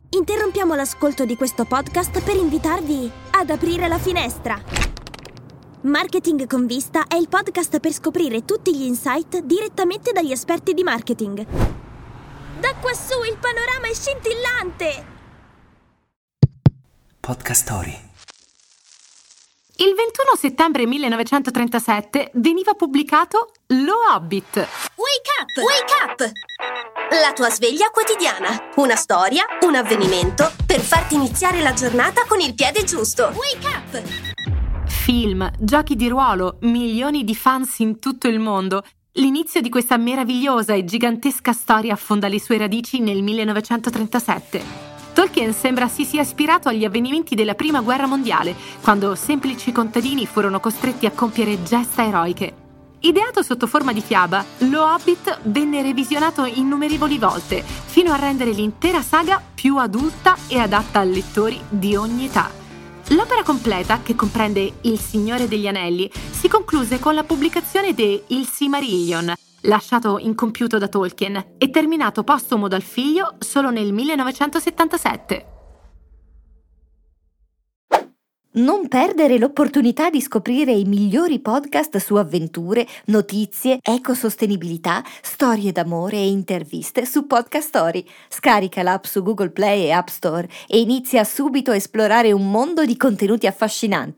Interrompiamo l'ascolto di questo podcast per invitarvi ad aprire la finestra. Marketing con Vista è il podcast per scoprire tutti gli insight direttamente dagli esperti di marketing. Da quassù il panorama è scintillante! Podcast Story. Il 21 settembre 1937 veniva pubblicato Lo Hobbit. Wake up! Wake up! La tua sveglia quotidiana. Una storia, un avvenimento per farti iniziare la giornata con il piede giusto. Wake up! Film, giochi di ruolo, milioni di fans in tutto il mondo. L'inizio di questa meravigliosa e gigantesca storia affonda le sue radici nel 1937. Tolkien sembra si sia ispirato agli avvenimenti della Prima Guerra Mondiale, quando semplici contadini furono costretti a compiere gesta eroiche. Ideato sotto forma di fiaba, Lo Hobbit venne revisionato innumerevoli volte, fino a rendere l'intera saga più adulta e adatta a lettori di ogni età. L'opera completa, che comprende Il Signore degli Anelli, si concluse con la pubblicazione de Il Silmarillion, lasciato incompiuto da Tolkien e terminato postumo dal figlio solo nel 1977. Non perdere l'opportunità di scoprire i migliori podcast su avventure, notizie, ecosostenibilità, storie d'amore e interviste su Podcast Story. Scarica l'app su Google Play e App Store e inizia subito a esplorare un mondo di contenuti affascinanti.